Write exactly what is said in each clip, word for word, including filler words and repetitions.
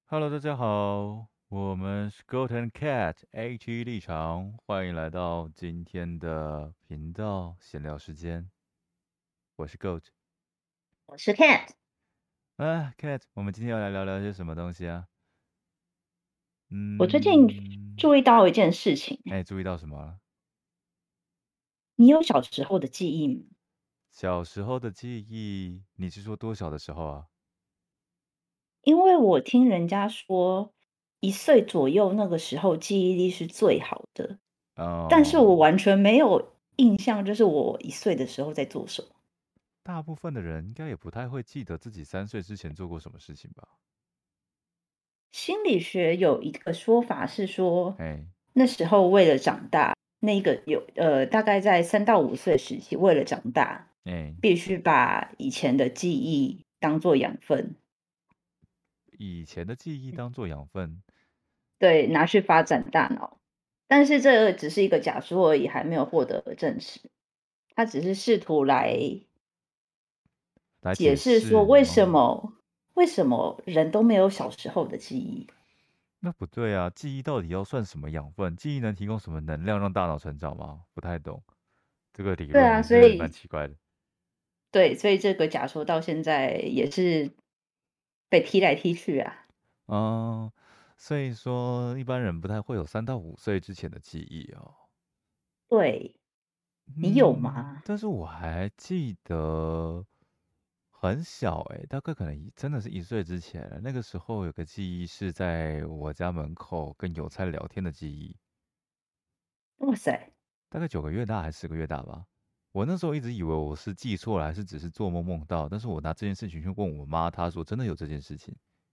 Hello，大家好，我们是 Goat and Cat H 立场，欢迎来到今天的频道闲聊时间。我是 Goat， 我是 Cat。 啊，Cat，我们今天要来聊聊些什么东西啊？ 我最近嗯， 注意到一件事情， 哎，注意到什么了？ 你有小时候的记忆吗？ 小时候的记忆，你是说多小的时候啊？ 因为我听人家说，一岁左右那个时候记忆力是最好的，但是我哦， 完全没有印象，就是我一岁的时候在做什么。 大部分的人应该也不太会记得自己三岁之前做过什么事情吧？ 心理学有一个说法是说， 哎那时候为了长大，那个有呃，大概在三到五岁时期，为了长大， 哎， 必须把以前的记忆当做养分， 以前的记忆当做养分对，拿去发展大脑。但是这只是一个假说而已，还没有获得证实。他只是试图来来解解释说，为什释吗？ 么为什么人都没有小时候的记忆？ 那不对啊，记忆到底要算什么养分？记忆能提供什么能量让大脑成长吗？不太懂，这个理对啊， 论也是蛮所以奇怪的。 对，所以这个假说到现在也是被踢来踢去啊。 嗯，所以说一般人不太会有三到五岁之前的记忆哦。 对，你有嗯， 吗？ 但是我还记得很小诶，大概可能一真的是一岁之前，那个时候有个记忆是在我家门口跟邮差聊天的记忆。 哇塞， 大概九个月大还是十个月大吧。我那时候一直以为我是记错了，还是只是做梦梦到。但是我拿这件事情去问我妈，她说真的有这件事情。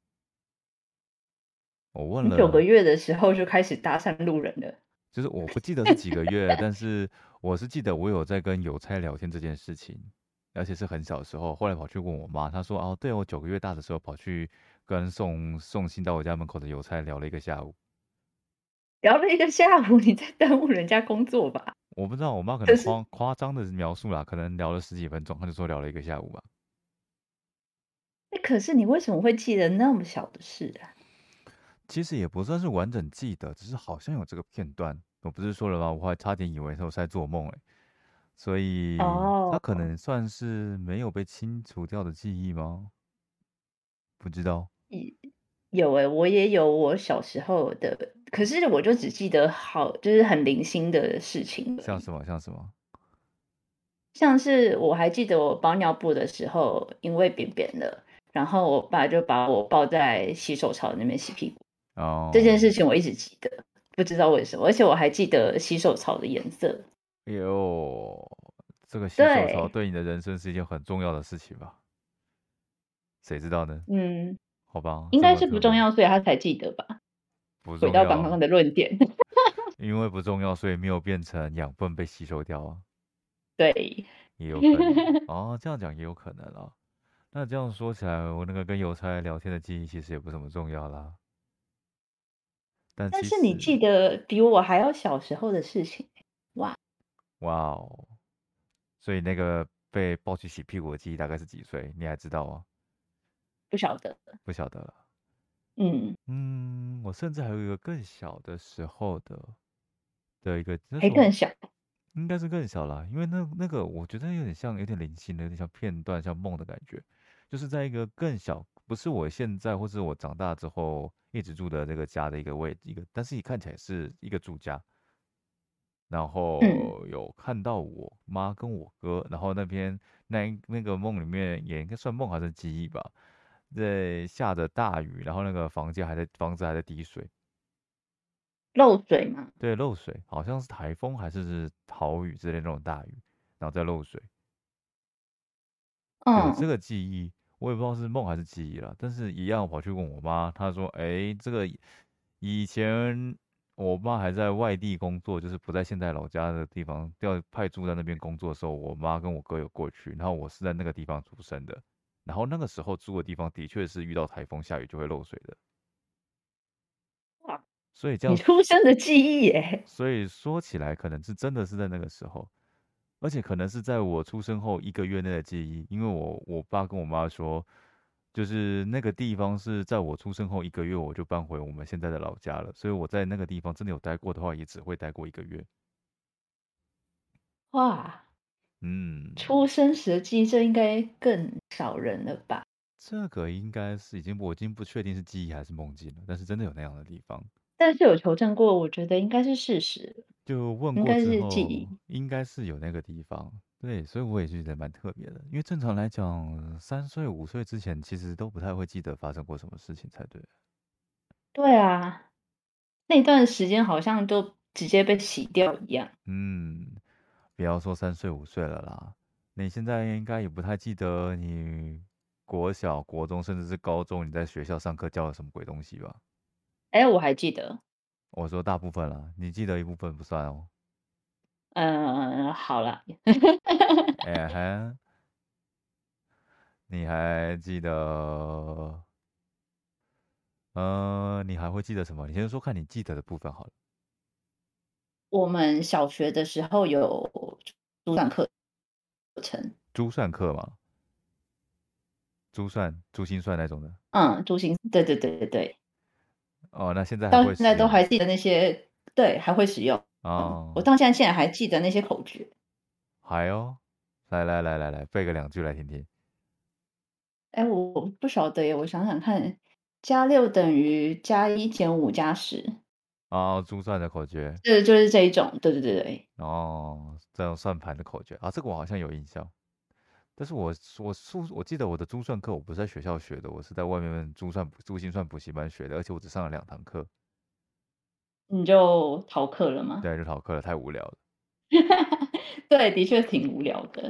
我问你九个了， 月的时候就开始搭讪路人了。 就是我不记得是几个月，但是我是记得我有在跟邮差聊天这件事情，而且是很小的时候。后来跑去问我妈，她说哦，对我九个月大的时候跑去跟送送信到我家门口的邮差聊了一个下午。 聊了一个下午，你在耽误人家工作吧？ 我不知道，我妈可能可是， 夸夸张的描述啦，可能聊了十几分钟，她就说聊了一个下午吧。 哎，可是你为什么会记得那么小的事啊？ 其实也不算是完整记得，只是好像有这个片段。我不是说了吗？我还差点以为我是在做梦哎，所以它哦， 可能算是没有被清除掉的记忆吗？不知道， 有诶，我也有我小时候的，可是我就只记得好就是很零星的事情而已。 像什么像什么像是我还记得我包尿布的时候，因为便便了，然后我爸就把我抱在洗手槽那边洗屁股，这件哦， 事情我一直记得，不知道为什么，而且我还记得洗手槽的颜色。 哟，这个洗手槽对， 对你的人生是一件很重要的事情吧？谁知道呢？ 嗯， 好吧， 应该这么特别， 是不重要，所以他才记得吧。 不回重要， 到刚刚的论点， 因为不重要，所以没有变成养分被吸收掉啊， 对。 也有可能。哦，这样讲也有可能啊。那这样说起来，我那个跟邮差聊天的记忆其实也不怎么重要啦。但但其实， 是你记得比我还要小时候的事情，哇， 哇哦，所以那个被抱去洗屁股的记忆大概是几岁？你还知道吗？ 不晓得， 不晓得了。 嗯， 嗯，我甚至还有一个更小的时候的的一个，那时候还更小， 应该是更小啦，因为那那个我觉得有点像，有点零星的，有点像片段，像梦的感觉，就是在一个更小，不是我现在或是我长大之后一直住的这个家的一个位一个，但是你看起来是一个住家，然嗯， 后有看到我妈跟我哥，然后那边那一那个梦里面也应该算梦还是记忆吧，在下着大雨，然后那个房间还在房子还在滴水， 漏水嘛， 对，漏水，好像是台风还是豪雨之类那种大雨，然后再漏水，有这嗯， 个记忆，我也不知道是梦还是记忆了，但是一样跑去问我妈，她说，哎，这个以前我妈还在外地工作，就是不在现在老家的地方，调派驻在那边工作的时候，我妈跟我哥有过去，然后我是在那个地方出生的，然后那个时候住的地方的确是遇到台风下雨就会漏水的， 哇， 所以这样， 你出生的记忆耶， 所以说起来可能是真的是在那个时候，而且可能是在我出生后一个月内的记忆，因为我我爸跟我妈说， 就是那个地方是在我出生后一个月我就搬回我们现在的老家了，所以我在那个地方真的有待过的话，也只会待过一个月。 哇，出嗯， 生时的记忆，这应该更少人了吧？ 这个应该是已经我已经不确定是记忆还是梦境了，但是真的有那样的地方。 但是有求证过，我觉得应该是事实， 就问过之应该是记后， 忆。 应该是有那个地方。对，所以我也觉得蛮特别的，因为正常来讲，三岁五岁之前其实都不太会记得发生过什么事情才对。 对啊，那段时间好像都直接被洗掉一样。 嗯，不要说三岁五岁了啦，你现在应该也不太记得你国小、国中，甚至是高中你在学校上课教了什么鬼东西吧？ 哎，我还记得， 我说大部分啦，你记得一部分不算哦。 嗯，好了， 哎哈，你还记得？呃，你还会记得什么？你先说看你记得的部分好了。 我们小学的时候有珠算课程， 珠算课嘛，珠算、珠心算那种的。 嗯，珠心，对对对对对， 哦，那现在还到现在都会使用还记得那些，对，还会使用。我哦， 到现在现在还记得那些口诀。 还哦，来来来来来，背个两句来听听。 哎，我我不晓得耶，我想想看，加六等于加一减五加十， 哦，珠算的口诀。 这就是这一种，对对对对。 哦，这种算盘的口诀啊，这个我好像有印象。但是我我数我记得我的珠算课我不是在学校学的，我是在外面珠算珠心算补习班学的，而且我只上了两堂课。 你就逃课了吗？ 对，就逃课了，太无聊了。 对，的确挺无聊的。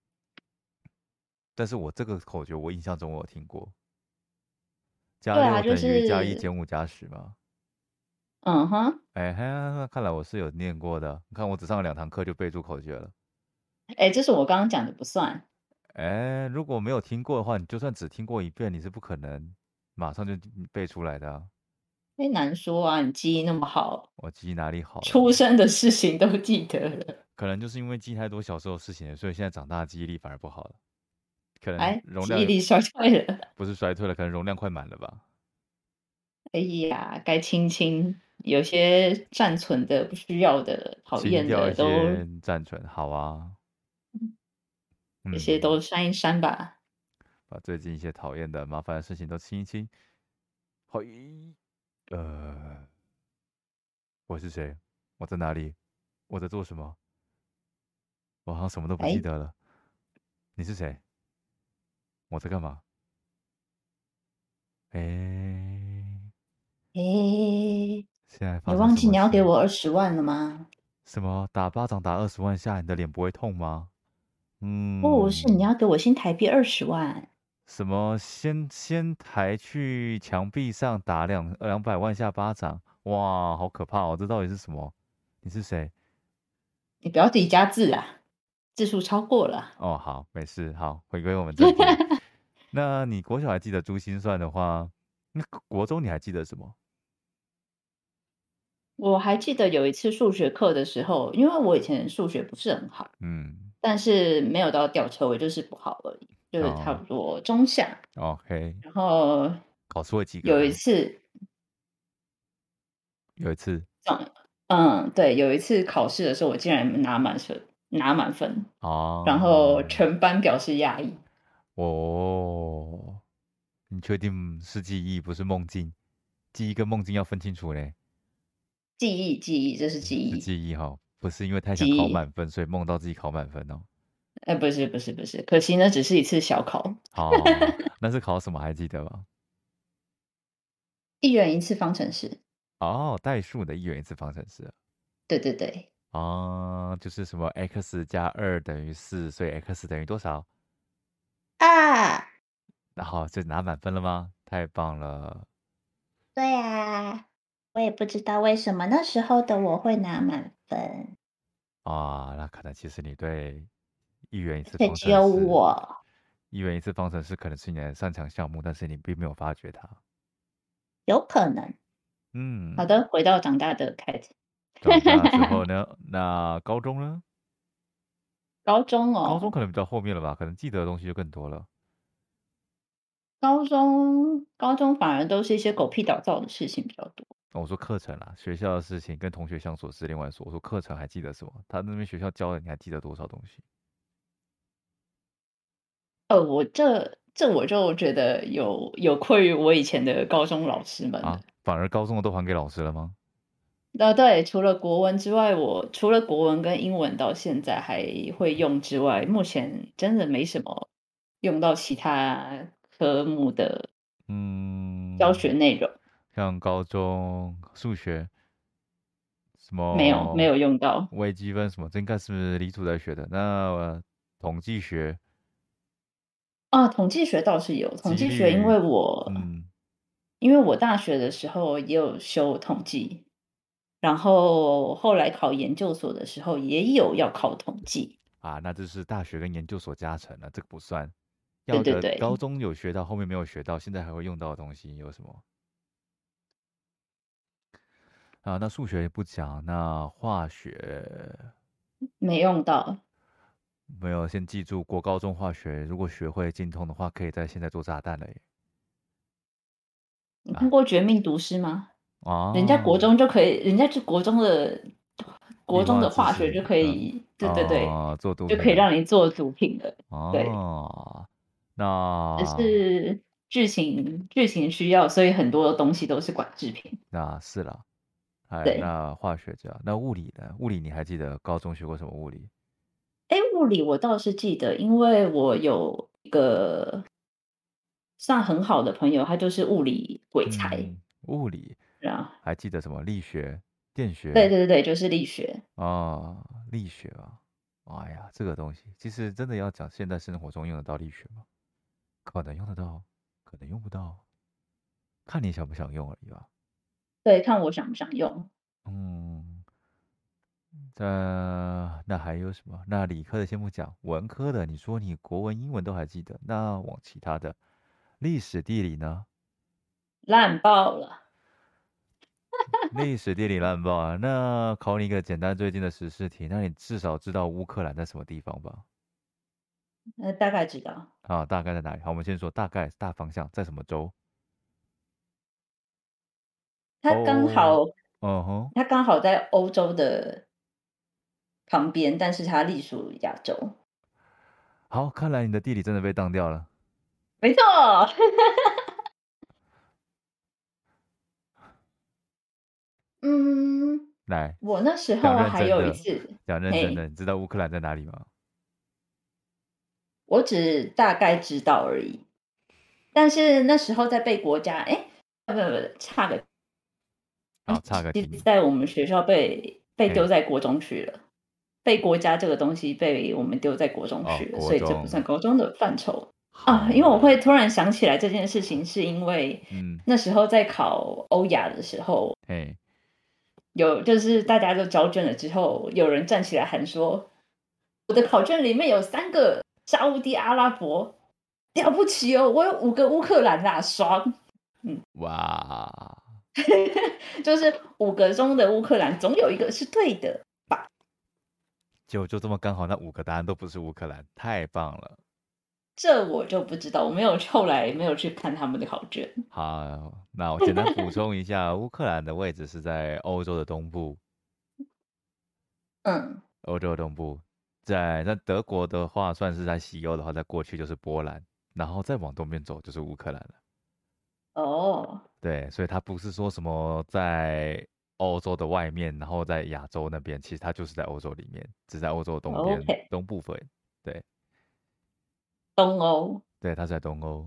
但是我这个口诀我印象中我有听过，加对啊，就六等于加一是减五加十嘛。 嗯哼， 哎嘿，那看来我是有念过的。你看我只上了两堂课就背出口诀了。 哎，这是我刚刚讲的不算。 哎，如果没有听过的话，你就算只听过一遍，你是不可能马上就背出来的啊。 哎，难说啊，你记忆那么好， 我记忆哪里好了？ 出生的事情都记得了。 可能就是因为记太多小时候的事情了，所以现在长大的记忆力反而不好了。可能哎， 容量记忆力衰退了。 不是衰退了，可能容量快满了吧。 哎呀，该清清，有些暂存的、不需要的、讨清掉一厌的，都些暂存，好啊。 这些嗯， 都删一删吧。 把最近一些讨厌的、麻烦的事情都清一清。好，呃，我是谁？我在哪里？我在做什么？我好像什么都不记哎得了。你是谁？我在干嘛？哎， 哎， 现在发生你忘什么事？ 记你要给我二十万了吗？ 什么打巴掌打二十万下，你的脸不会痛吗？ 不是，你嗯， 要给我新台币二十万。 什么先先抬去墙壁上打两两百万下巴掌？哇，好可怕哦！这到底是什么？你是谁？ 你不要自己加字啊，字数超过了。 哦，好，没事，好，回归我们正题。那你国小还记得珠心算的话，那国中你还记得什么？ 我还记得有一次数学课的时候，因为我以前数学不是很好， 嗯， 但是没有到吊车尾，就是不好而已，就是差哦不多中下。 ，OK， 然后考出了及格有一吗？ 次， 有一次， 嗯嗯，对，有一次考试的时候，我竟然拿满分，拿满分，然后哦， 全班表示压抑。 哦，你确定是记忆不是梦境？记忆跟梦境要分清楚嘞。 记忆，记忆，这是记是忆， 记忆哈，不是因为太想记忆。 考满分，所以梦到自己考满分哦。 哎，不是，不是，不是，可惜那只是一次小考， 哦，那是考什么还记得吗？ 一人一次方程式。 哦，代数的一元一次方程式。 对对对， 哦，就是什么 x 加二等于四，所以 x 等于多少？ 啊， 然后就拿满分了吗？太棒了！ 对啊，我也不知道为什么那时候的我会拿满分， 啊，那可能其实你对一元一次方而且只有程式， 我， 一元一次方程式可能是你的擅长项目，但是你并没有发觉它。 有可能。好嗯， 的，回到长大的开始。 长大之后呢？那高中呢？ 高中哦， 高中可能比较后面了吧，可能记得的东西就更多了。 高中高中反而都是一些狗屁倒灶的事情比较多。 哦我说课程啦，学校的事情跟同学相处是另外说。我说课程还记得什么？他那边学校教的，你还记得多少东西呃，我这这我就觉得有有愧于我以前的高中老师们了。 啊？反而高中的都还给老师了吗？ 呃，对，除了国文之外，我除了国文跟英文到现在还会用之外，目前真的没什么用到其他科目的教嗯， 学内容。 像高中数学什没有没么有用到。 微积分什么，这应该是李祖在学的。那、呃统计学、 啊，统计学倒是有，统几计学因为率， 我嗯因为我大学的时候也有修统计，然后后来考研究所的时候也有要考统计。 啊，那就是大学跟研究所加成了，这个不算。 对要个高对对。 中有学到，后面没有学到，现在还会用到的东西有什么？啊，那数学不讲，那化学没用到。 没有，先记住，国高中化学如果学会精通的话，可以在现在做炸弹了耶！ 你看啊过《绝命毒师》吗？人家国啊， 中就可以，人家就国中的国理化中的知识， 化学就可嗯以，对对对， 啊，做毒就可以品了让你做毒品了。对， 啊， 只那是剧情剧情需要，所以很多东西都是管制品。 那是了，哎， 对。 那化学这样，那物理呢？物理你还记得高中学过什么物理？ 哎，物理我倒是记得，因为我有一个算很好的朋友，他就是物理鬼才。 嗯，物理然后还记得什么？力学、电学对对对对，就是力学。 啊，力学啊，哎呀，这个东西其实真的要讲现代生活中用得到力学吗？可能用得到，可能用不到，看你想不想用而已吧。 对，看我想不想用。 嗯，呃，那还有什么？那理科的先不讲，文科的，你说你国文、英文都还记得，那往其他的，历史、地理呢？ 烂爆了。 历史、地理烂爆啊！那考你一个简单最近的时事题，那你至少知道乌克兰在什么地方吧？ 呃，大概知道。 啊，大概在哪里？好，我们先说大概大方向在什么州？ 他刚哦， 好嗯哼， 他刚好在欧洲的旁边，但是他隶属亚洲。 好，看来你的地理真的被当掉了。 没错。嗯， 来， 我那时讲候还有一认真的， 次。 讲认真的， 嘿， 你知道乌克兰在哪里吗？ 我只大概知道而已。但是那时候在被国家，哎，不不不，差个， 好，岔个其实题在我们学校被被丢 ，OK， 在国中去了。被国家这个东西被我们丢在国中哦， 去了， 国所以这不算中， 高中的范畴啊。因为我会好， 突然想起来这件事情，是因为嗯， 那时候在考欧亚的时候， 嘿， 有就是大家都交卷了之后，有人站起来喊说：“我的考卷里面有三个沙烏地阿拉伯，了不起哦，我有五个乌克兰啦，爽！”嗯， 哇， 就是五个中的乌克兰总有一个是对的吧？ 就就这么刚好，那五个答案都不是乌克兰，太棒了。 这我就不知道，我没有后来没有去看他们的考卷。 好，那我简单补充一下，乌克兰的位置是在欧洲的东部， 嗯。 欧洲的东部，在那德国的话，算是在西欧的话，在过去就是波兰，然后再往东边走就是乌克兰了。 哦对，所以它不是说什么在欧洲的外面，然后在亚洲那边，其实它就是在欧洲里面，只在欧洲的东边 ，OK。 东部分。对， 东欧对，它是在东欧。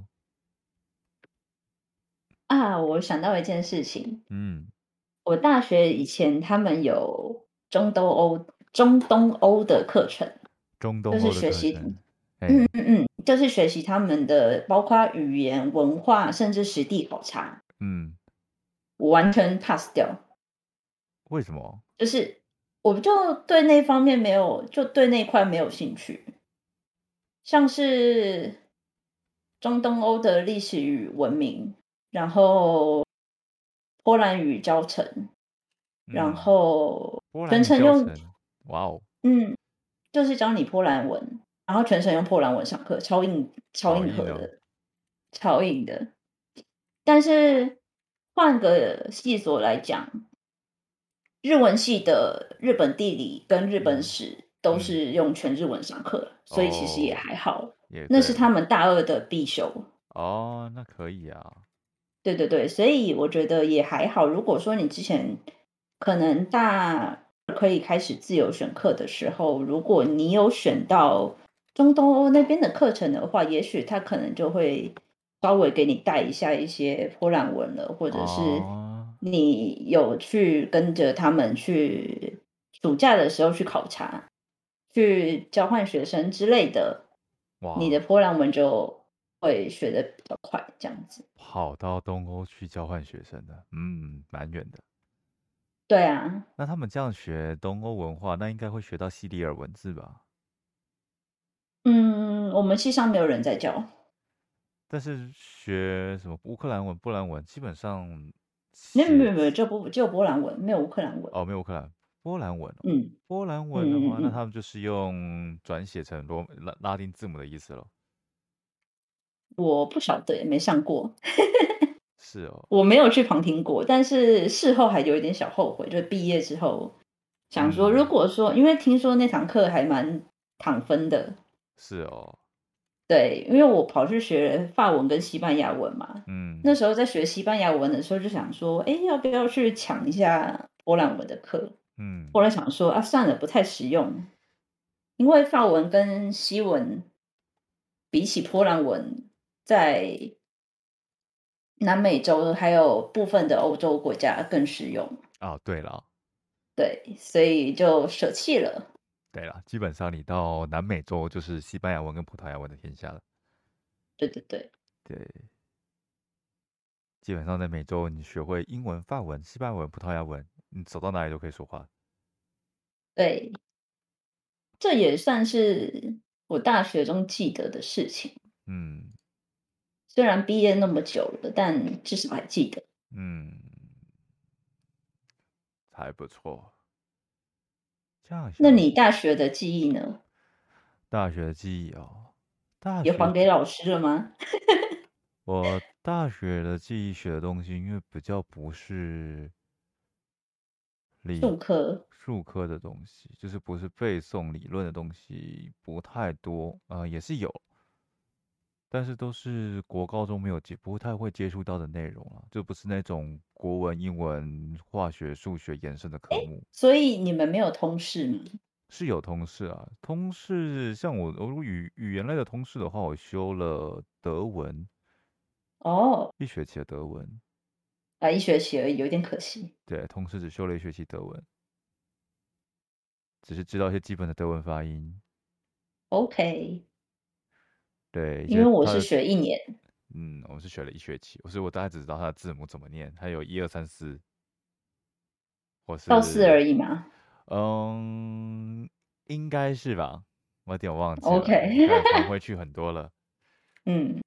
啊，我想到一件事情。 嗯， 我大学以前他们有中东欧中东欧的课程，就是中东欧的学习， 课程，哎， 就是学习他们的包括语言、文化，甚至实地考察， 嗯， 我完全 pass 掉。 为什么？ 就是我就对那方面没有，就对那块没有兴趣，像是中东欧的历史与文明，然后波兰语教程，然嗯， 后全波兰语程用， 教程，哇哦， 嗯，就是教你波兰文，然后全程用波兰文上课，超硬超硬好硬哦。 核的。 超硬的。但是换个系所来讲，日文系的日本地理跟日本嗯史都嗯， 是用全日文上课，所以其实也哦， 还好。那是也对， 他们大二的必修。 哦，那可以啊， 对对对，所以我觉得也还好。如果说你之前可能大可以开始自由选课的时候，如果你有选到中东欧那边的课程的话，也许他可能就会稍微给你带一下一些波兰文了，或者是哦， 你有去跟着他们去暑假的时候去考察、去交换学生之类的，你的哇， 波兰文就会学的比较快，这样子。 跑到东欧去交换学生的，嗯，蛮远的。 对啊。 那他们这样学东欧文化，那应该会学到西里尔文字吧？ 嗯，我们系上没有人在教。 但是学什么乌克兰文、波兰文，基本上没有没写字有没有，就不只有波兰文，没有乌克兰文。 哦，没有乌克兰，波兰文哦。 嗯波兰文的话，那他嗯嗯嗯， 们就是用转写成罗拉拉丁字母的意思咯。 我不晓得，没上过。 是哦， 我没有去旁听过，但是事后还有一点小后悔，就是毕业之后想说，如嗯， 果说因为听说那堂课还蛮躺分的。 是哦， 对，因为我跑去学法文跟西班牙文嘛，那嗯时候在学西班牙文的时候就想说，哎，要不要去抢一下波兰文的课？后嗯， 来想说啊，算了，不太实用。因为法文跟西文比起波兰文，在南美洲还有部分的欧洲国家更实用。 哦，对了， 对，所以就舍弃了。 对了，基本上你到南美洲就是西班牙文跟葡萄牙文的天下了。 对对对对，基本上在美洲，你学会英文、法文、西班牙文、葡萄牙文，你走到哪里都可以说话。 对，这也算是我大学中记得的事情。 嗯虽然毕业那么久了，但至少还记得。 嗯，还不错。这样那想想， 你大学的记忆呢？ 大学的记忆哦，大也学的还给老师了吗？ 我大学的记忆学的东西，因为比较不是理数科。 数科的东西，就是不是背诵理论的东西不太多，呃，也是有，但是都是国高中没有接，不太会接触到的内容啊，就不是那种国文、英文、化学、数学延伸的科目。 所以你们没有通识吗？ 是有通识啊，通识像我，我语语言类的通识的话，我修了德文， 哦， 一学期的德文， 啊，一学期而已，有点可惜。 对，通识只修了一学期德文，只是知道一些基本的德文发音， OK。 对，一因为我是些它的， 学一年。 嗯，我们是学了一学期，我是我大概只知道它的字母怎么念，还有一二三四，或到四是， 而已嘛。 嗯，应该是吧，我有点忘记了， OK。 还还回去很多了， 嗯，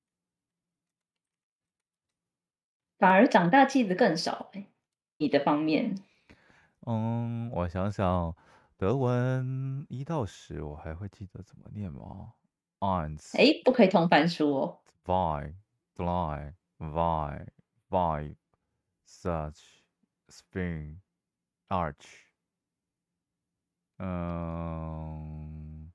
反而长大记得更少欸，你的方面。 嗯，我想想，德文一到十，我还会记得怎么念吗？eins, 诶，不可以同翻书哦。 zwei, drei, vier, fünf, sechs, sieben, acht。嗯，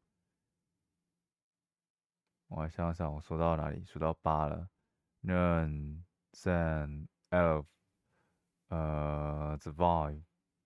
我想想，我数到哪里？数到八了。neun, zehn, elf, 呃，zwei，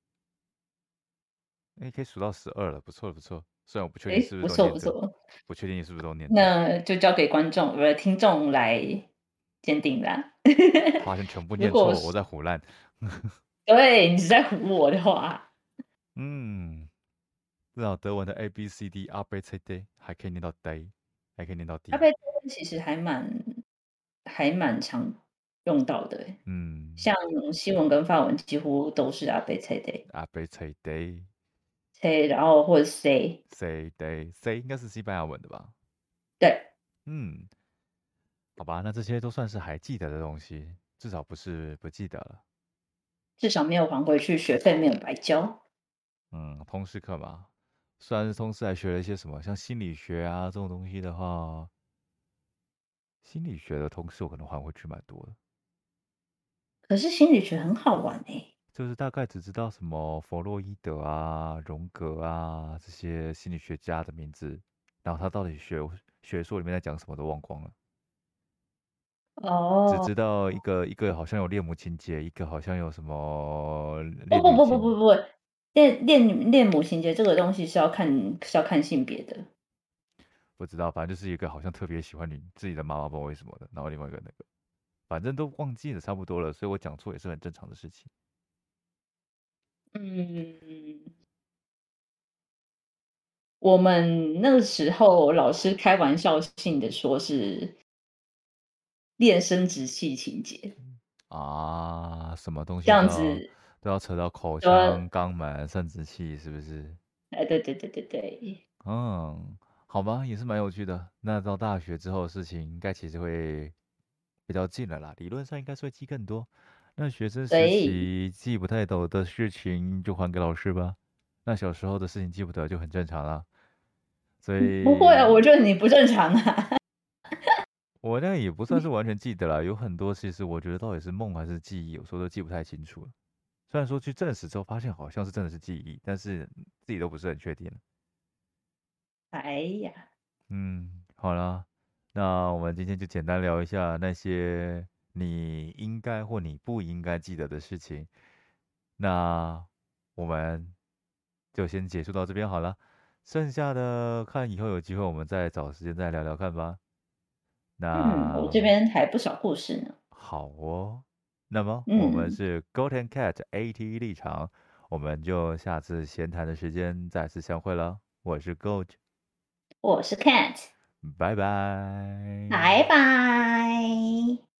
哎，可以数到十二了，不错不错。虽然我不确定是诶， 不是不都念对， 错不错。 不确定是不是都念对。 那就交给观众不是听众来鉴定啦。 发现全部念错，我如果是在胡乱。 对，你是在唬我的话。 嗯，至少德文的 A B C D A B C D 还可以念到 day，还可以念到阿 D。 贝其实还蛮还蛮常用到的欸， 嗯像西文跟法文几乎都是阿贝猜的。 ，A B C D 猜，然后或者 say。 say day say 应该是西班牙文的吧？ 对， 嗯，好吧，那这些都算是还记得的东西，至少不是不记得了。 至少没有还回去，学费没有白交。 嗯，通识课嘛，虽然是通识，还学了一些什么，像心理学啊这种东西的话， 心理学的通识我可能还回去蛮多的。 可是心理学很好玩哎。 就是大概只知道什么弗洛伊德啊、荣格啊这些心理学家的名字，然后他到底学学说里面在讲什么都忘光了，只哦， 知道一个一个好像有恋母情节，一个好像有什么不不不不恋女情， 不不，恋恋恋母情节这个东西是要看是要看性别的。 不知道，反正就是一个好像特别喜欢你自己的妈妈，不知道为什么的，然后另外一个那个，反正都忘记了差不多了，所以我讲错也是很正常的事情。 嗯，我们那个时候老师开玩笑性的说是练生殖器情节， 啊，什么东这西都要样子都要扯到口说， 腔、肛门、生殖器，是不是？ 哎，对对对对对， 嗯，好吧，也是蛮有趣的。那到大学之后的事情，应该其实会比较近了啦，理论上应该是会记更多。那学生时所以期记不太懂的事情就还给老师吧。那小时候的事情记不得就很正常啦。所不会啊，我以觉得你不正常啊。 我那个也不算是完全记得啦，有很多其实我觉得到底是梦还是记忆，有时候都记不太清楚了。虽然说去证实之后发现好像是真的是记忆，但是自己都不是很确定。 哎呀， 嗯，好啦，那我们今天就简单聊一下那些你应该或你不应该记得的事情。那我们就先结束到这边好了，剩下的看以后有机会我们再找时间再聊聊看吧。 嗯，我这那边还不少故事呢。 好哦，那么我们嗯， 是 Goat and Cat A T 立场，我们就下次闲谈的时间再次相会了。我是 Goat， 我是 Cat， 拜拜。 拜拜。